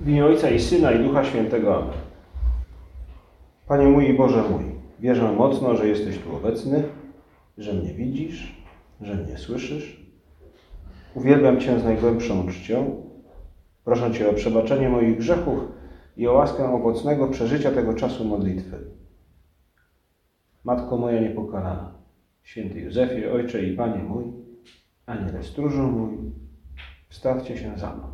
W imię Ojca i Syna i Ducha Świętego. Amen. Panie mój i Boże mój, wierzę mocno, że jesteś tu obecny, że mnie widzisz, że mnie słyszysz. Uwielbiam Cię z najgłębszą czcią. Proszę Cię o przebaczenie moich grzechów i o łaskę owocnego przeżycia tego czasu modlitwy. Matko moja niepokalana, święty Józefie, Ojcze i Panie mój, Aniele stróżu mój, wstawcie się za mną.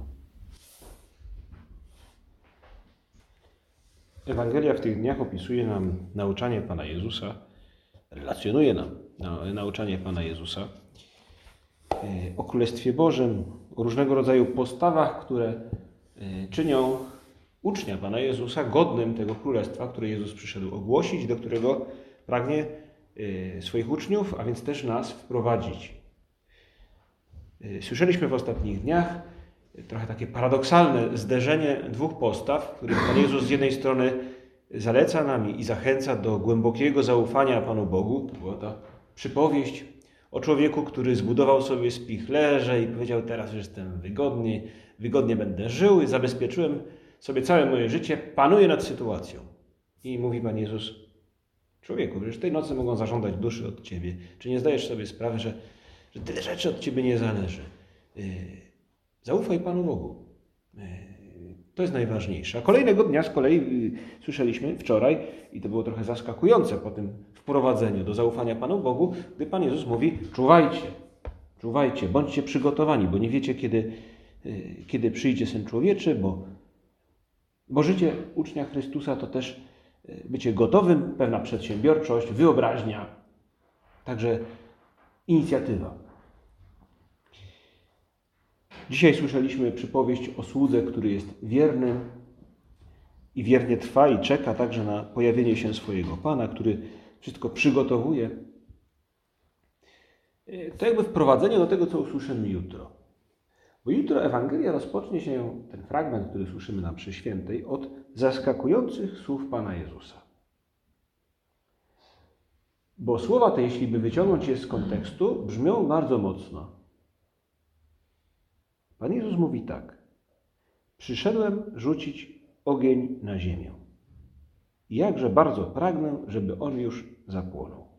Ewangelia w tych dniach opisuje nam nauczanie Pana Jezusa, relacjonuje nam nauczanie Pana Jezusa o Królestwie Bożym, o różnego rodzaju postawach, które czynią ucznia Pana Jezusa godnym tego Królestwa, które Jezus przyszedł ogłosić, do którego pragnie swoich uczniów, a więc też nas wprowadzić. Słyszeliśmy w ostatnich dniach trochę takie paradoksalne zderzenie dwóch postaw, w których Pan Jezus z jednej strony zaleca nam i zachęca do głębokiego zaufania Panu Bogu. To była ta przypowieść o człowieku, który zbudował sobie spichlerze i powiedział: teraz już jestem wygodnie będę żył i zabezpieczyłem sobie całe moje życie, panuję nad sytuacją. I mówi Pan Jezus: człowieku, przecież tej nocy mogą zażądać duszy od Ciebie. Czy nie zdajesz sobie sprawy, że tyle rzeczy od Ciebie nie zależy? Zaufaj Panu Bogu. To jest najważniejsze. A kolejnego dnia z kolei słyszeliśmy wczoraj, i to było trochę zaskakujące po tym wprowadzeniu do zaufania Panu Bogu, gdy Pan Jezus mówi: czuwajcie, bądźcie przygotowani, bo nie wiecie, kiedy przyjdzie Syn Człowieczy, bo życie ucznia Chrystusa to też bycie gotowym, pewna przedsiębiorczość, wyobraźnia, także inicjatywa. Dzisiaj słyszeliśmy przypowieść o słudze, który jest wierny i wiernie trwa i czeka także na pojawienie się swojego Pana, który wszystko przygotowuje. To jakby wprowadzenie do tego, co usłyszymy jutro. Bo jutro Ewangelia rozpocznie się, ten fragment, który słyszymy na mszy świętej, od zaskakujących słów Pana Jezusa. Bo słowa te, jeśli by wyciągnąć je z kontekstu, brzmią bardzo mocno. Pan Jezus mówi tak: przyszedłem rzucić ogień na ziemię. I jakże bardzo pragnę, żeby on już zapłonął.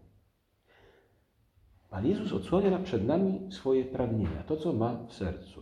Pan Jezus odsłania przed nami swoje pragnienia, to, co ma w sercu.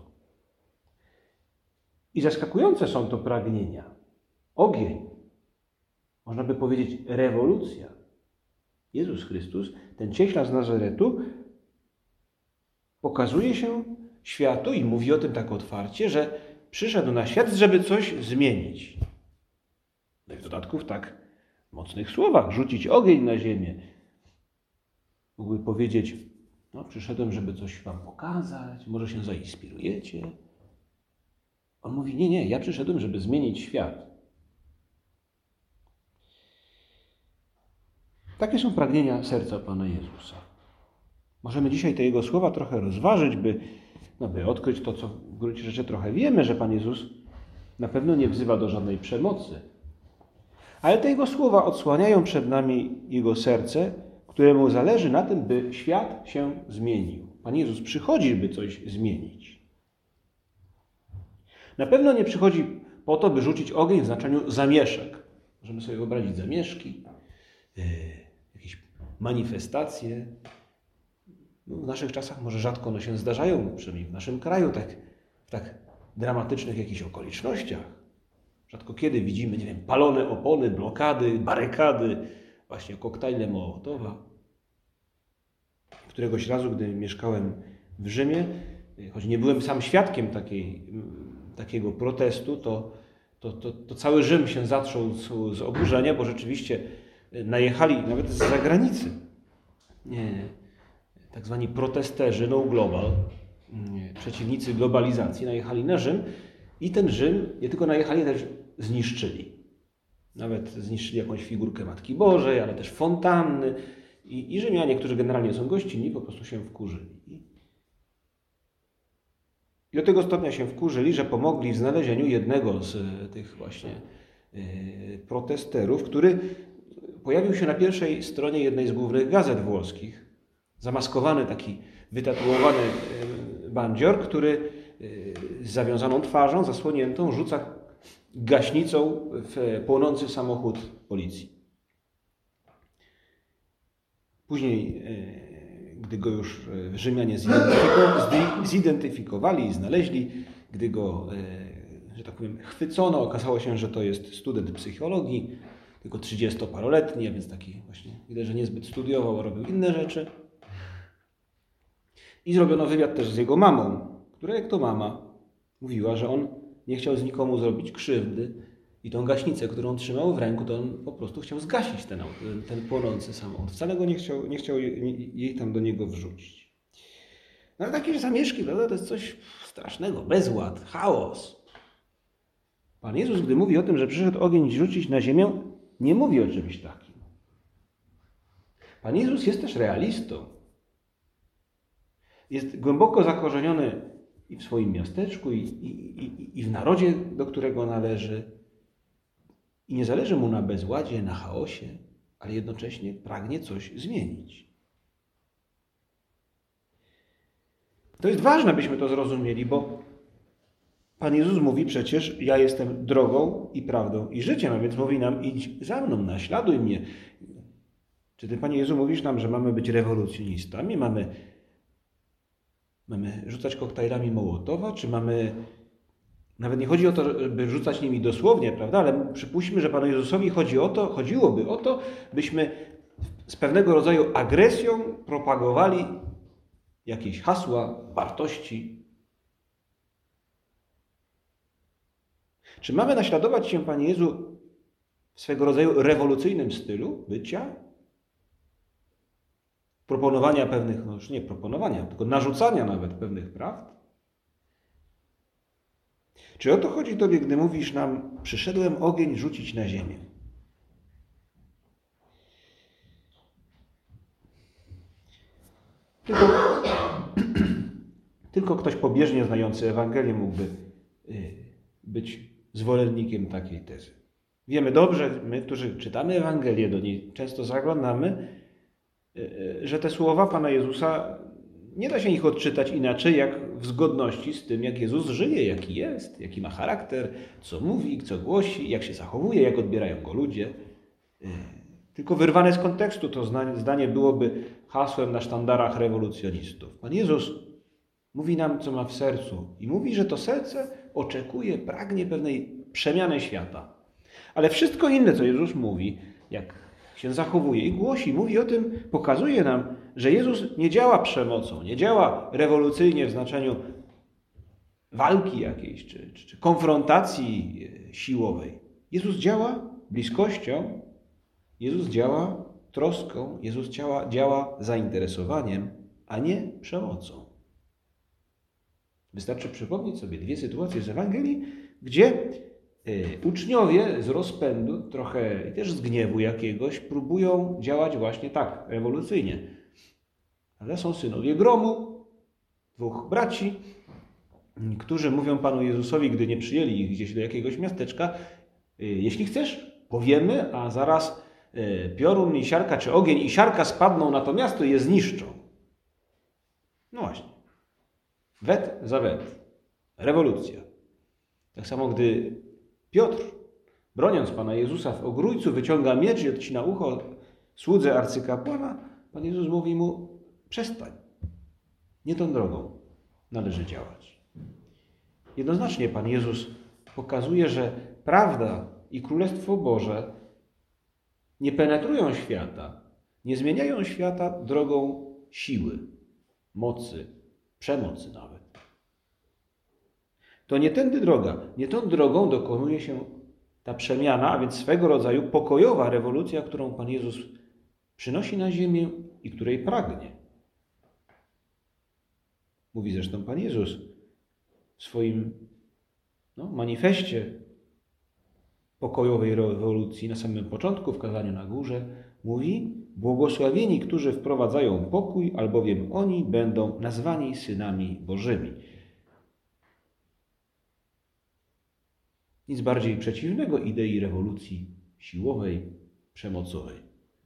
I zaskakujące są to pragnienia. Ogień, można by powiedzieć rewolucja. Jezus Chrystus, ten cieśla z Nazaretu, pokazuje się światu i mówi o tym tak otwarcie, że przyszedł na świat, żeby coś zmienić. No i w dodatku w tak mocnych słowach: rzucić ogień na ziemię. Mógłby powiedzieć: no, przyszedłem, żeby coś wam pokazać, może się zainspirujecie. On mówi: nie, ja przyszedłem, żeby zmienić świat. Takie są pragnienia serca Pana Jezusa. Możemy dzisiaj te Jego słowa trochę rozważyć, by odkryć to, co w gruncie rzeczy trochę wiemy, że Pan Jezus na pewno nie wzywa do żadnej przemocy. Ale te Jego słowa odsłaniają przed nami Jego serce, któremu zależy na tym, by świat się zmienił. Pan Jezus przychodzi, by coś zmienić. Na pewno nie przychodzi po to, by rzucić ogień w znaczeniu zamieszek. Możemy sobie wyobrazić zamieszki, jakieś manifestacje. No, w naszych czasach może rzadko one się zdarzają, przynajmniej w naszym kraju, w tak dramatycznych jakichś okolicznościach. Rzadko kiedy widzimy, palone opony, blokady, barykady, właśnie koktajle Mołotowa. Któregoś razu, gdy mieszkałem w Rzymie, choć nie byłem sam świadkiem takiego protestu, to cały Rzym się zaczął z oburzenia, bo rzeczywiście najechali nawet z zagranicy tak zwani protesterzy, no global, przeciwnicy globalizacji, najechali na Rzym i ten Rzym nie tylko najechali, ale też zniszczyli. Nawet zniszczyli jakąś figurkę Matki Bożej, ale też fontanny. I Rzymianie, którzy generalnie są gościnni, po prostu się wkurzyli. I do tego stopnia się wkurzyli, że pomogli w znalezieniu jednego z tych właśnie protesterów, który pojawił się na pierwszej stronie jednej z głównych gazet włoskich. Zamaskowany, taki wytatuowany bandzior, który z zawiązaną twarzą, zasłoniętą, rzuca gaśnicą w płonący samochód policji. Później, gdy go już Rzymianie zidentyfikowali i znaleźli, gdy go, że tak powiem, chwycono, okazało się, że to jest student psychologii, tylko 30-paroletni, a więc taki właśnie, widać, że niezbyt studiował, robił inne rzeczy. I zrobiono wywiad też z jego mamą, która jak to mama mówiła, że on nie chciał z nikomu zrobić krzywdy i tą gaśnicę, którą trzymał w ręku, to on po prostu chciał zgasić ten płonący samochód. Wcale go nie chciał jej tam do niego wrzucić. No ale takie zamieszki, prawda, to jest coś strasznego, bezład, chaos. Pan Jezus, gdy mówi o tym, że przyszedł ogień rzucić na ziemię, nie mówi o czymś takim. Pan Jezus jest też realistą. Jest głęboko zakorzeniony i w swoim miasteczku, i w narodzie, do którego należy. I nie zależy mu na bezładzie, na chaosie, ale jednocześnie pragnie coś zmienić. To jest ważne, byśmy to zrozumieli, bo Pan Jezus mówi przecież, ja jestem drogą i prawdą i życiem, a więc mówi nam, idź za mną, naśladuj mnie. Czy Ty, Panie Jezu, mówisz nam, że mamy być rewolucjonistami, mamy rzucać koktajlami Mołotowa, czy mamy... Nawet nie chodzi o to, by rzucać nimi dosłownie, prawda? Ale przypuśćmy, że Panu Jezusowi chodziłoby o to, byśmy z pewnego rodzaju agresją propagowali jakieś hasła, wartości. Czy mamy naśladować się, Panie Jezu, w swego rodzaju rewolucyjnym stylu bycia? Proponowania pewnych, no już nie proponowania, tylko narzucania nawet pewnych prawd? Czy o to chodzi Tobie, gdy mówisz nam, przyszedłem ogień rzucić na ziemię? Tylko ktoś pobieżnie znający Ewangelię mógłby być zwolennikiem takiej tezy. Wiemy dobrze, my, którzy czytamy Ewangelię, do niej często zaglądamy, że te słowa Pana Jezusa, nie da się ich odczytać inaczej, jak w zgodności z tym, jak Jezus żyje, jaki jest, jaki ma charakter, co mówi, co głosi, jak się zachowuje, jak odbierają go ludzie. Tylko wyrwane z kontekstu to zdanie byłoby hasłem na sztandarach rewolucjonistów. Pan Jezus mówi nam, co ma w sercu i mówi, że to serce oczekuje, pragnie pewnej przemiany świata. Ale wszystko inne, co Jezus mówi, jak się zachowuje i głosi, mówi o tym, pokazuje nam, że Jezus nie działa przemocą, nie działa rewolucyjnie w znaczeniu walki jakiejś, czy konfrontacji siłowej. Jezus działa bliskością, Jezus działa troską, Jezus działa zainteresowaniem, a nie przemocą. Wystarczy przypomnieć sobie dwie sytuacje z Ewangelii, gdzie uczniowie z rozpędu, trochę też z gniewu jakiegoś, próbują działać właśnie tak, rewolucyjnie. Ale są synowie gromu, dwóch braci, którzy mówią Panu Jezusowi, gdy nie przyjęli ich gdzieś do jakiegoś miasteczka, jeśli chcesz, powiemy, a zaraz piorun i siarka, czy ogień i siarka spadną na to miasto i je zniszczą. No właśnie. Wet za wet. Rewolucja. Tak samo, gdy Piotr, broniąc Pana Jezusa w ogrójcu, wyciąga miecz i odcina ucho słudze arcykapłana, Pan Jezus mówi mu, przestań. Nie tą drogą należy działać. Jednoznacznie Pan Jezus pokazuje, że prawda i Królestwo Boże nie penetrują świata, nie zmieniają świata drogą siły, mocy, przemocy nawet. To nie tędy droga. Nie tą drogą dokonuje się ta przemiana, a więc swego rodzaju pokojowa rewolucja, którą Pan Jezus przynosi na ziemię i której pragnie. Mówi zresztą Pan Jezus w swoim manifestie pokojowej rewolucji na samym początku, w kazaniu na górze, mówi: błogosławieni, którzy wprowadzają pokój, albowiem oni będą nazwani synami Bożymi. Nic bardziej przeciwnego idei rewolucji siłowej, przemocowej.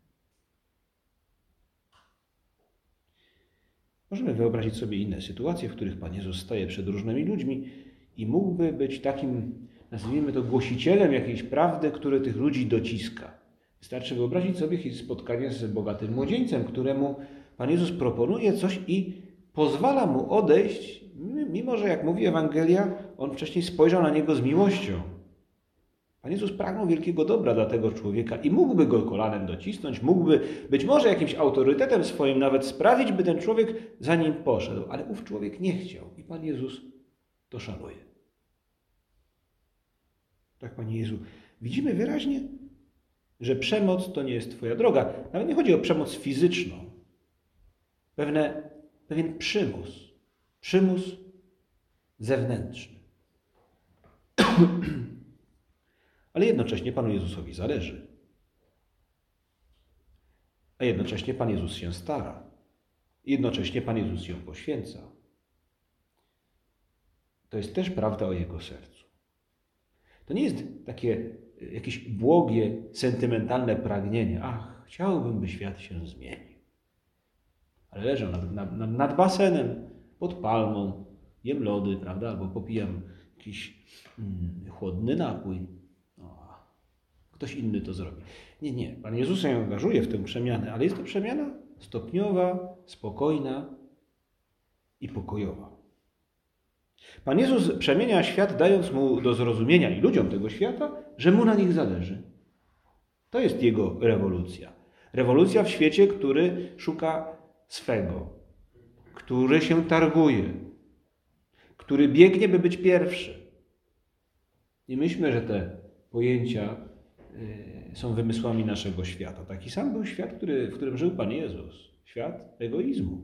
Możemy wyobrazić sobie inne sytuacje, w których Pan Jezus staje przed różnymi ludźmi i mógłby być takim nazwijmy to, głosicielem jakiejś prawdy, który tych ludzi dociska. Wystarczy wyobrazić sobie spotkanie z bogatym młodzieńcem, któremu Pan Jezus proponuje coś i pozwala mu odejść, mimo że, jak mówi Ewangelia, on wcześniej spojrzał na niego z miłością. Pan Jezus pragnął wielkiego dobra dla tego człowieka i mógłby go kolanem docisnąć, mógłby być może jakimś autorytetem swoim nawet sprawić, by ten człowiek za nim poszedł, ale ów człowiek nie chciał i Pan Jezus to szanuje. Tak, Panie Jezu, widzimy wyraźnie, że przemoc to nie jest Twoja droga. Nawet nie chodzi o przemoc fizyczną. Pewien przymus zewnętrzny. Ale jednocześnie Panu Jezusowi zależy. A jednocześnie Pan Jezus się stara. Jednocześnie Pan Jezus się poświęca. To jest też prawda o Jego sercu. To nie jest takie jakieś błogie, sentymentalne pragnienie. Ach, chciałbym, by świat się zmienił. Ale leżę nad basenem, pod palmą, jem lody, prawda, albo popijam jakiś chłodny napój. Ktoś inny to zrobi. Nie. Pan Jezus się angażuje w tę przemianę, ale jest to przemiana stopniowa, spokojna i pokojowa. Pan Jezus przemienia świat, dając mu do zrozumienia i ludziom tego świata, że mu na nich zależy. To jest Jego rewolucja. Rewolucja w świecie, który szuka swego, który się targuje, który biegnie, by być pierwszy. Nie myślmy, że te pojęcia są wymysłami naszego świata. Taki sam był świat, w którym żył Pan Jezus. Świat egoizmu.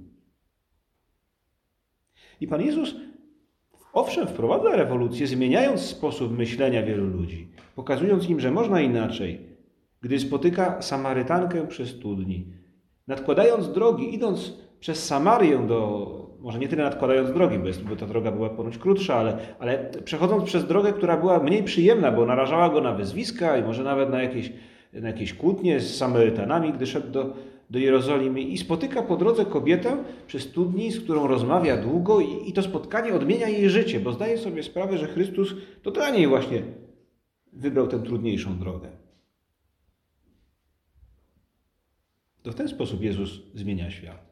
I Pan Jezus, owszem, wprowadza rewolucję, zmieniając sposób myślenia wielu ludzi, pokazując im, że można inaczej, gdy spotyka Samarytankę przy studni, nadkładając drogi, idąc przez Samarię może nie tyle nadkładając drogi, bo ta droga była ponoć krótsza, ale przechodząc przez drogę, która była mniej przyjemna, bo narażała go na wyzwiska i może nawet na jakieś kłótnie z Samarytanami, gdy szedł do Jerozolimy i spotyka po drodze kobietę przy studni, z którą rozmawia długo i to spotkanie odmienia jej życie, bo zdaje sobie sprawę, że Chrystus to dla niej właśnie wybrał tę trudniejszą drogę. To w ten sposób Jezus zmienia świat.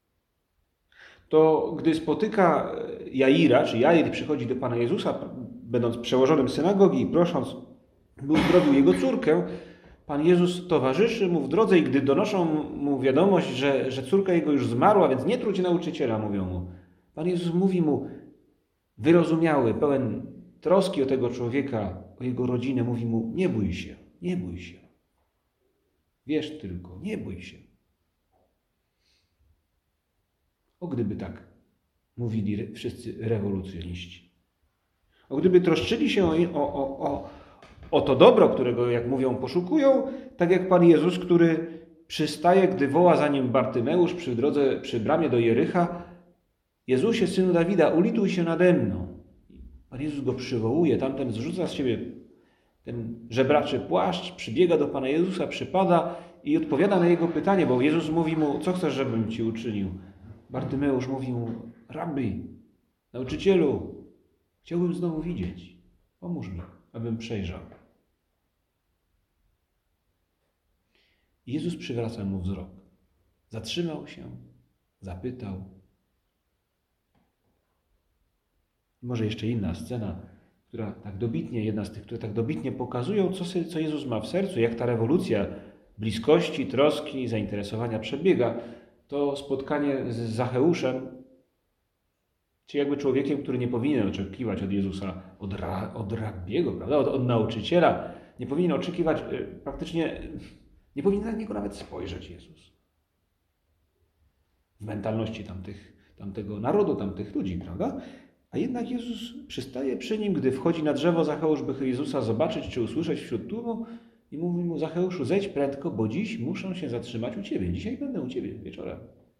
To gdy spotyka Jaira, czy Jair przychodzi do Pana Jezusa, będąc przełożonym synagogi i prosząc, by uzdrowił jego córkę, Pan Jezus towarzyszy mu w drodze i gdy donoszą mu wiadomość, że córka jego już zmarła, więc nie trudź nauczyciela, mówią mu. Pan Jezus mówi mu, wyrozumiały, pełen troski o tego człowieka, o jego rodzinę, mówi mu, nie bój się, nie bój się. Wierz tylko, nie bój się. O gdyby tak mówili wszyscy rewolucjoniści. O gdyby troszczyli się o to dobro, którego, jak mówią, poszukują, tak jak Pan Jezus, który przystaje, gdy woła za nim Bartymeusz przy drodze, przy bramie do Jericha, Jezusie, Synu Dawida, ulituj się nade mną. Pan Jezus go przywołuje, tamten zrzuca z siebie ten żebraczy płaszcz, przybiega do Pana Jezusa, przypada i odpowiada na jego pytanie, bo Jezus mówi mu, co chcesz, żebym ci uczynił? Bartymeusz mówi mu, Rabbi, nauczycielu, chciałbym znowu widzieć. Pomóż mi, abym przejrzał. I Jezus przywraca mu wzrok. Zatrzymał się, zapytał. Może jeszcze inna scena, jedna z tych, które tak dobitnie pokazują, co Jezus ma w sercu, jak ta rewolucja bliskości, troski, zainteresowania przebiega. To spotkanie z Zacheuszem, czy jakby człowiekiem, który nie powinien oczekiwać od Jezusa, od rabbiego, prawda? Od nauczyciela, nie powinien oczekiwać, praktycznie nie powinien na niego nawet spojrzeć Jezus. W mentalności tamtego narodu, tamtych ludzi, prawda? A jednak Jezus przystaje przy nim, gdy wchodzi na drzewo Zacheusz, by Jezusa zobaczyć czy usłyszeć wśród tłumu i mówi mu, Zacheuszu, zejdź prędko, bo dziś muszę się zatrzymać u Ciebie. Dzisiaj będę u Ciebie wieczorem.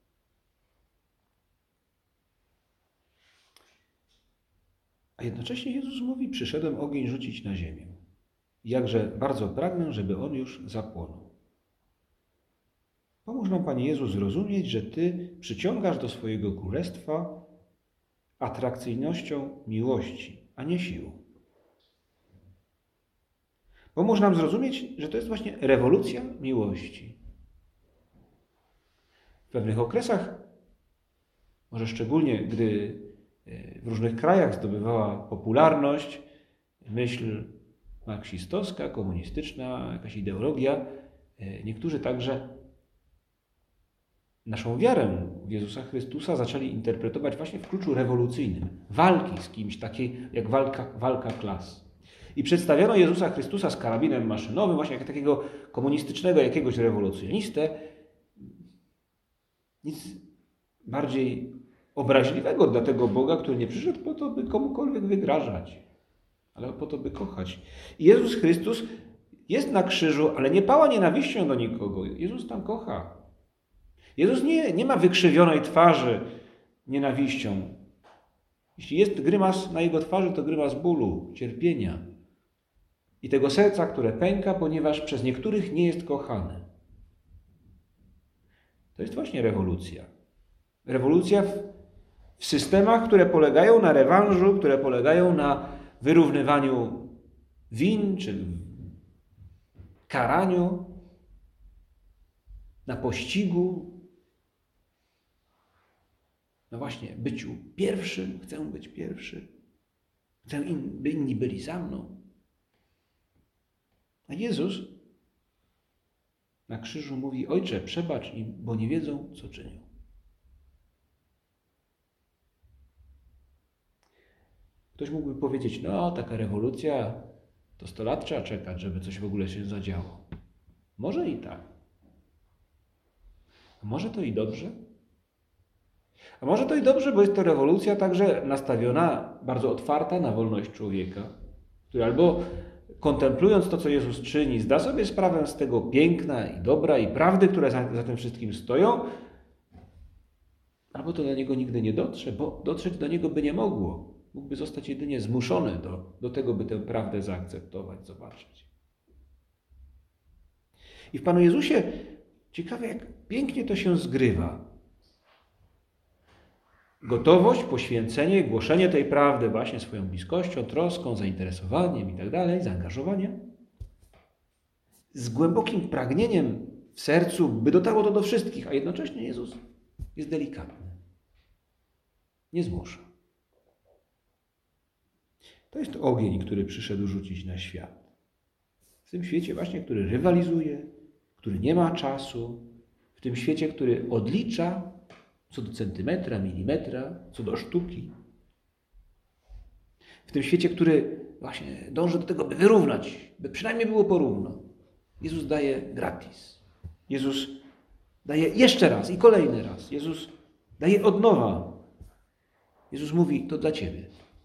A jednocześnie Jezus mówi, przyszedłem ogień rzucić na ziemię. Jakże bardzo pragnę, żeby on już zapłonął. Pomóż nam, Panie Jezu, zrozumieć, że Ty przyciągasz do swojego królestwa atrakcyjnością miłości, a nie siłą. Pomóż nam zrozumieć, że to jest właśnie rewolucja miłości. W pewnych okresach, może szczególnie gdy w różnych krajach zdobywała popularność myśl marksistowska, komunistyczna, jakaś ideologia, niektórzy także naszą wiarę w Jezusa Chrystusa zaczęli interpretować właśnie w kluczu rewolucyjnym. Walki z kimś, takiej jak walka klas. I przedstawiano Jezusa Chrystusa z karabinem maszynowym, właśnie jak takiego komunistycznego jakiegoś rewolucjonistę. Nic bardziej obraźliwego dla tego Boga, który nie przyszedł po to, by komukolwiek wygrażać, ale po to, by kochać. I Jezus Chrystus jest na krzyżu, ale nie pała nienawiścią do nikogo. Jezus tam kocha. Jezus nie ma wykrzywionej twarzy nienawiścią. Jeśli jest grymas na Jego twarzy, to grymas bólu, cierpienia i tego serca, które pęka, ponieważ przez niektórych nie jest kochany. To jest właśnie rewolucja. Rewolucja w systemach, które polegają na rewanżu, które polegają na wyrównywaniu win czy karaniu, na pościgu. No właśnie, byciu pierwszym, chcę być pierwszy. Chcę, by inni byli za mną. A Jezus na krzyżu mówi: Ojcze, przebacz im, bo nie wiedzą, co czynią. Ktoś mógłby powiedzieć: no, taka rewolucja, to 100 lat trzeba czekać, żeby coś w ogóle się zadziało. Może i tak. A może to i dobrze? A może to i dobrze, bo jest to rewolucja także nastawiona, bardzo otwarta na wolność człowieka, który albo kontemplując to, co Jezus czyni, zda sobie sprawę z tego piękna i dobra i prawdy, które za tym wszystkim stoją, albo to do niego nigdy nie dotrze, bo dotrzeć do niego by nie mogło. Mógłby zostać jedynie zmuszony do tego, by tę prawdę zaakceptować, zobaczyć. I w Panu Jezusie ciekawe, jak pięknie to się zgrywa. Gotowość, poświęcenie, głoszenie tej prawdy właśnie swoją bliskością, troską, zainteresowaniem i tak dalej, zaangażowaniem. Z głębokim pragnieniem w sercu, by dotarło to do wszystkich, a jednocześnie Jezus jest delikatny. Nie zmusza. To jest ogień, który przyszedł rzucić na świat. W tym świecie właśnie, który rywalizuje, który nie ma czasu, w tym świecie, który odlicza co do centymetra, milimetra, co do sztuki. W tym świecie, który właśnie dąży do tego, by wyrównać, by przynajmniej było porówno. Jezus daje gratis. Jezus daje jeszcze raz i kolejny raz. Jezus daje od nowa. Jezus mówi: to dla ciebie.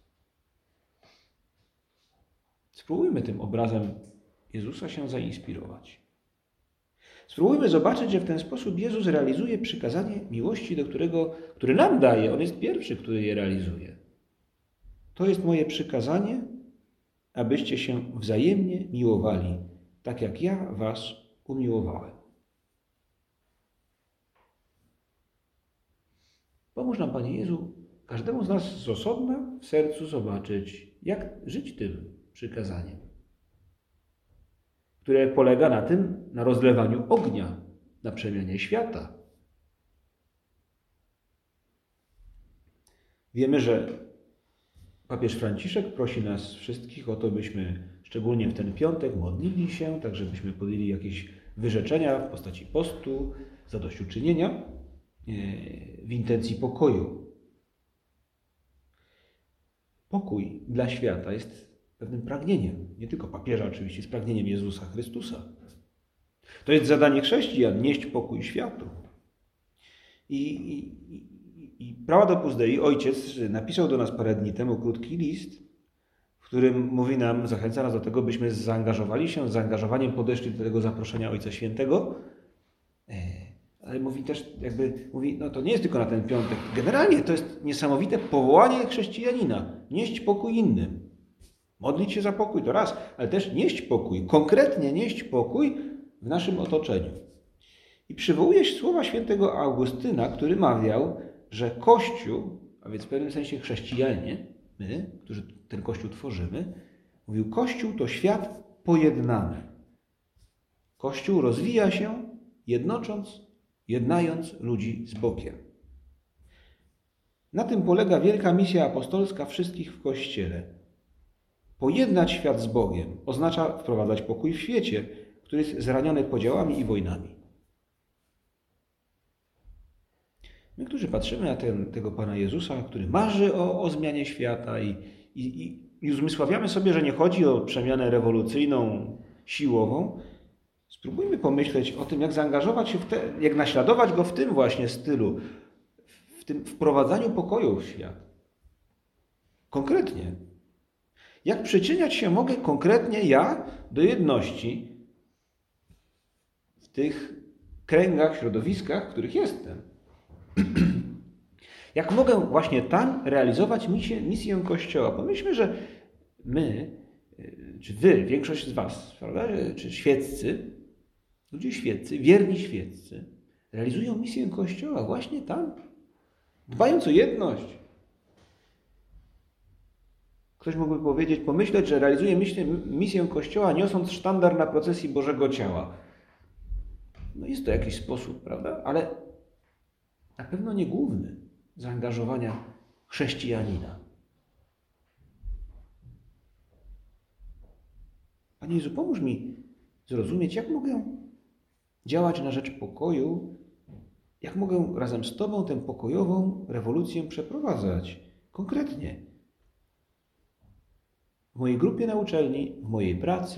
Spróbujmy tym obrazem Jezusa się zainspirować. Spróbujmy zobaczyć, że w ten sposób Jezus realizuje przykazanie miłości, które nam daje. On jest pierwszy, który je realizuje. To jest moje przykazanie, abyście się wzajemnie miłowali, tak jak ja was umiłowałem. Pomóż nam, Panie Jezu, każdemu z nas z osobna w sercu zobaczyć, jak żyć tym przykazaniem, które polega na rozlewaniu ognia, na przemianie świata. Wiemy, że papież Franciszek prosi nas wszystkich o to, byśmy szczególnie w ten piątek modlili się, tak żebyśmy podjęli jakieś wyrzeczenia w postaci postu, zadośćuczynienia w intencji pokoju. Pokój dla świata jest pewnym pragnieniem, nie tylko papieża oczywiście, jest pragnieniem Jezusa Chrystusa. To jest zadanie chrześcijan, nieść pokój światu. I Prawa do Dei, ojciec, napisał do nas parę dni temu krótki list, w którym mówi nam, zachęca nas do tego, byśmy zaangażowali się, z zaangażowaniem podeszli do tego zaproszenia Ojca Świętego, ale mówi też, no to nie jest tylko na ten piątek. Generalnie to jest niesamowite powołanie chrześcijanina, nieść pokój innym. Modlić się za pokój to raz, ale też nieść pokój, konkretnie nieść pokój w naszym otoczeniu. I przywołuje słowa świętego Augustyna, który mawiał, że Kościół, a więc w pewnym sensie chrześcijanie, my, którzy ten Kościół tworzymy, mówił: Kościół to świat pojednane. Kościół rozwija się, jednając ludzi z Bogiem. Na tym polega wielka misja apostolska wszystkich w Kościele. Pojednać świat z Bogiem oznacza wprowadzać pokój w świecie, który jest zraniony podziałami i wojnami. My, którzy patrzymy na tego Pana Jezusa, który marzy o zmianie świata i uzmysławiamy sobie, że nie chodzi o przemianę rewolucyjną, siłową, spróbujmy pomyśleć o tym, jak zaangażować się jak naśladować Go w tym właśnie stylu, w tym wprowadzaniu pokoju w świat. Konkretnie. Jak przyczyniać się mogę konkretnie ja do jedności w tych kręgach, środowiskach, w których jestem? Jak mogę właśnie tam realizować misję Kościoła? Pomyślmy, że my, czy wy, większość z was, prawda, czy świeccy, ludzie świeccy, wierni świeccy, realizują misję Kościoła właśnie tam, dbając o jedność. Ktoś mógłby pomyśleć, że realizuje misję Kościoła, niosąc sztandar na procesji Bożego Ciała. No jest to jakiś sposób, prawda? Ale na pewno nie główny zaangażowania chrześcijanina. Panie Jezu, pomóż mi zrozumieć, jak mogę działać na rzecz pokoju, jak mogę razem z Tobą tę pokojową rewolucję przeprowadzać konkretnie. W mojej grupie na uczelni, w mojej pracy.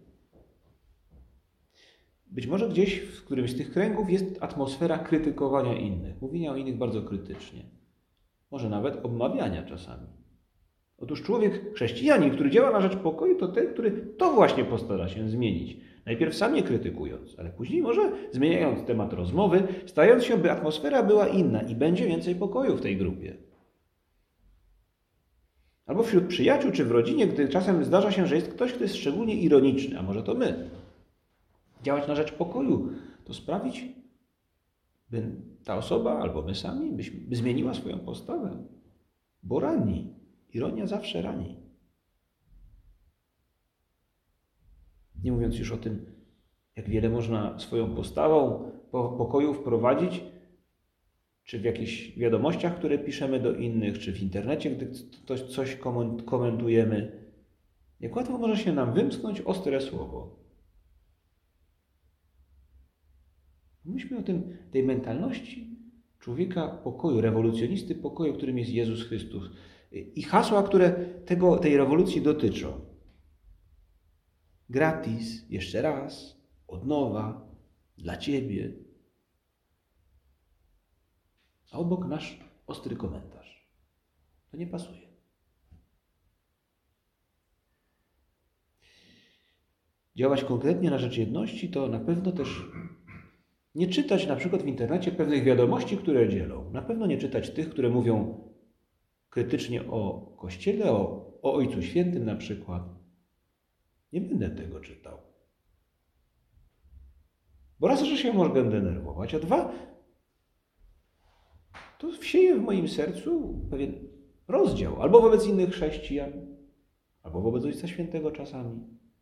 Być może gdzieś w którymś z tych kręgów jest atmosfera krytykowania innych, mówienia o innych bardzo krytycznie. Może nawet obmawiania czasami. Otóż człowiek, chrześcijanin, który działa na rzecz pokoju, to ten, który to właśnie postara się zmienić. Najpierw sam nie krytykując, ale później może zmieniając temat rozmowy, starając się, by atmosfera była inna i będzie więcej pokoju w tej grupie. Albo wśród przyjaciół czy w rodzinie, gdy czasem zdarza się, że jest ktoś, kto jest szczególnie ironiczny, a może to my. Działać na rzecz pokoju, to sprawić, by ta osoba albo my sami by zmieniła swoją postawę. Bo rani. Ironia zawsze rani. Nie mówiąc już o tym, jak wiele można swoją postawą pokoju wprowadzić, czy w jakichś wiadomościach, które piszemy do innych, czy w internecie, gdy coś komentujemy. Jak łatwo może się nam wymknąć ostre słowo. Myślmy o tej mentalności człowieka pokoju, rewolucjonisty pokoju, którym jest Jezus Chrystus. I hasła, które tej rewolucji dotyczą. Gratis, jeszcze raz, od nowa, dla Ciebie. A obok nasz ostry komentarz. To nie pasuje. Działać konkretnie na rzecz jedności to na pewno też nie czytać na przykład w internecie pewnych wiadomości, które dzielą. Na pewno nie czytać tych, które mówią krytycznie o Kościele, o Ojcu Świętym na przykład. Nie będę tego czytał. Bo raz, że się mogę denerwować, a dwa, to wsieje w moim sercu pewien rozdział. Albo wobec innych chrześcijan, albo wobec Ojca Świętego czasami.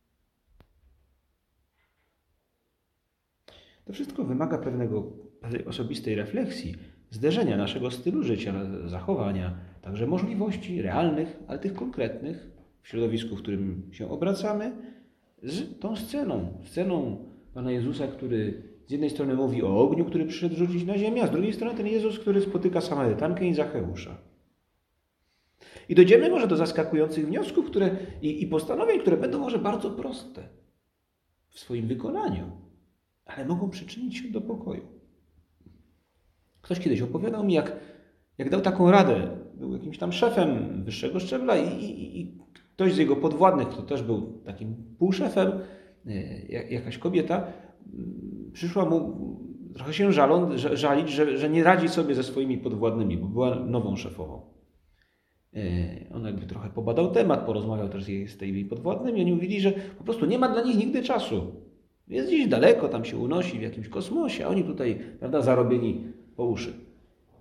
To wszystko wymaga pewnej osobistej refleksji, zderzenia naszego stylu życia, zachowania, także możliwości realnych, ale tych konkretnych w środowisku, w którym się obracamy, z tą sceną Pana Jezusa, który z jednej strony mówi o ogniu, który przyszedł rzucić na ziemię, a z drugiej strony ten Jezus, który spotyka Samarytankę i Zacheusza. I dojdziemy może do zaskakujących wniosków i postanowień, które będą może bardzo proste w swoim wykonaniu, ale mogą przyczynić się do pokoju. Ktoś kiedyś opowiadał mi, jak dał taką radę. Był jakimś tam szefem wyższego szczebla i ktoś z jego podwładnych, kto też był takim półszefem, jakaś kobieta, przyszła mu trochę się żalić, że nie radzi sobie ze swoimi podwładnymi, bo była nową szefową. On jakby trochę pobadał temat, porozmawiał też z tymi podwładnymi. Oni mówili, że po prostu nie ma dla nich nigdy czasu. Jest gdzieś daleko, tam się unosi w jakimś kosmosie, a oni tutaj, prawda, zarobieni po uszy.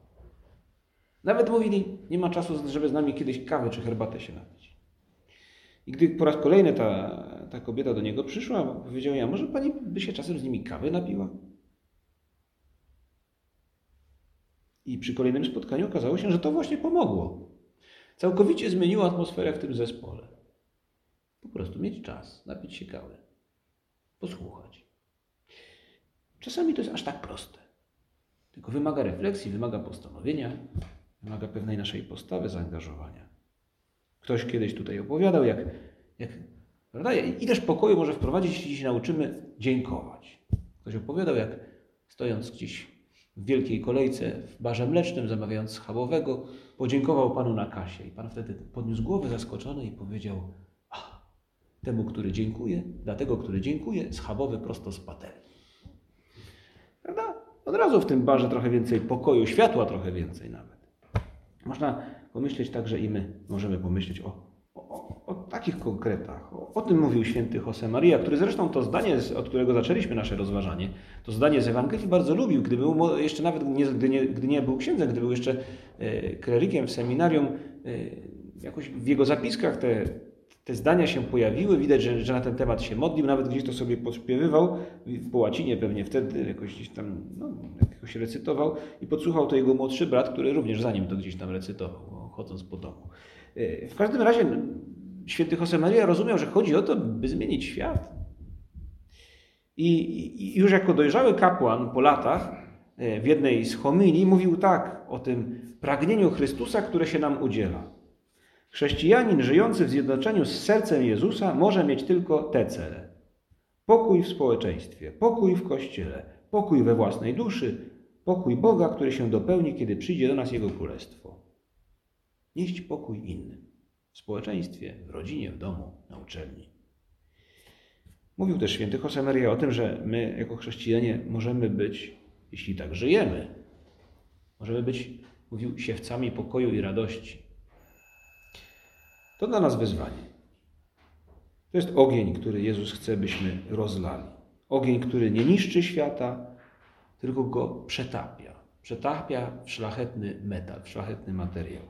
Nawet mówili, nie ma czasu, żeby z nami kiedyś kawy czy herbatę się napić. I gdy po raz kolejny ta kobieta do niego przyszła, powiedział: ja, może pani by się czasem z nimi kawy napiła? I przy kolejnym spotkaniu okazało się, że to właśnie pomogło. Całkowicie zmieniło atmosferę w tym zespole. Po prostu mieć czas, napić się kawy, posłuchać. Czasami to jest aż tak proste. Tylko wymaga refleksji, wymaga postanowienia, wymaga pewnej naszej postawy, zaangażowania. Ktoś kiedyś tutaj opowiadał, prawda? Ileż pokoju może wprowadzić, jeśli się nauczymy dziękować. Ktoś opowiadał, jak stojąc gdzieś w wielkiej kolejce w barze mlecznym, zamawiając schabowego, podziękował Panu na kasie. I Pan wtedy podniósł głowę zaskoczony i powiedział: temu, który dziękuję, dla tego, który dziękuję, schabowy prosto z patelni. Prawda? Od razu w tym barze trochę więcej pokoju, światła trochę więcej nawet. Można pomyśleć tak, że i my możemy pomyśleć o takich konkretach. O tym mówił święty Josemaria, który zresztą to zdanie, od którego zaczęliśmy nasze rozważanie, to zdanie z Ewangelii bardzo lubił, gdy był jeszcze nawet, gdy nie był księdzem, gdy był jeszcze klerykiem w seminarium, jakoś w jego zapiskach te zdania się pojawiły, widać, że na ten temat się modlił, nawet gdzieś to sobie podśpiewywał, po łacinie pewnie wtedy, jakoś gdzieś tam, jakoś recytował i podsłuchał to jego młodszy brat, który również za nim to gdzieś tam recytował, chodząc po domu. W każdym razie święty Josemaria rozumiał, że chodzi o to, by zmienić świat. I już jako dojrzały kapłan po latach w jednej z homilii mówił tak o tym pragnieniu Chrystusa, które się nam udziela. Chrześcijanin żyjący w zjednoczeniu z sercem Jezusa może mieć tylko te cele. Pokój w społeczeństwie, pokój w Kościele, pokój we własnej duszy, pokój Boga, który się dopełni, kiedy przyjdzie do nas Jego Królestwo. Nieść pokój innym. W społeczeństwie, w rodzinie, w domu, na uczelni. Mówił też święty Josemaria o tym, że my jako chrześcijanie możemy być, jeśli tak żyjemy, możemy być, mówił, siewcami pokoju i radości. To dla nas wyzwanie. To jest ogień, który Jezus chce, byśmy rozlali. Ogień, który nie niszczy świata, tylko go przetapia. Przetapia w szlachetny metal, w szlachetny materiał.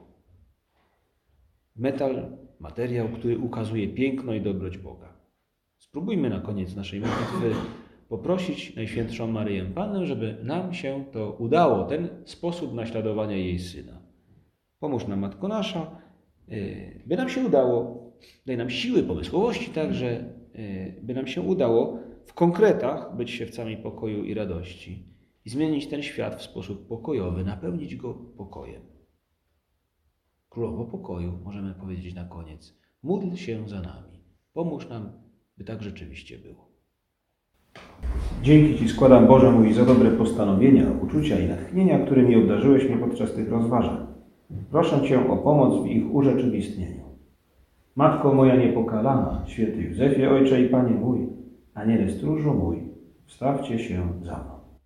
Metal, materiał, który ukazuje piękno i dobroć Boga. Spróbujmy na koniec naszej modlitwy poprosić Najświętszą Maryję Pannę, żeby nam się to udało, ten sposób naśladowania jej Syna. Pomóż nam, Matko Nasza, by nam się udało, daj nam siły, pomysłowości także, by nam się udało w konkretach być siewcami pokoju i radości i zmienić ten świat w sposób pokojowy, napełnić go pokojem. Królowo pokoju, możemy powiedzieć na koniec, módl się za nami, pomóż nam, by tak rzeczywiście było. Dzięki Ci składam, Boże mój, za dobre postanowienia, uczucia i natchnienia, którymi obdarzyłeś mnie podczas tych rozważań. Proszę Cię o pomoc w ich urzeczywistnieniu. Matko moja niepokalana, święty Józefie, Ojcze i Panie mój, Aniele stróżu mój, wstawcie się za mną.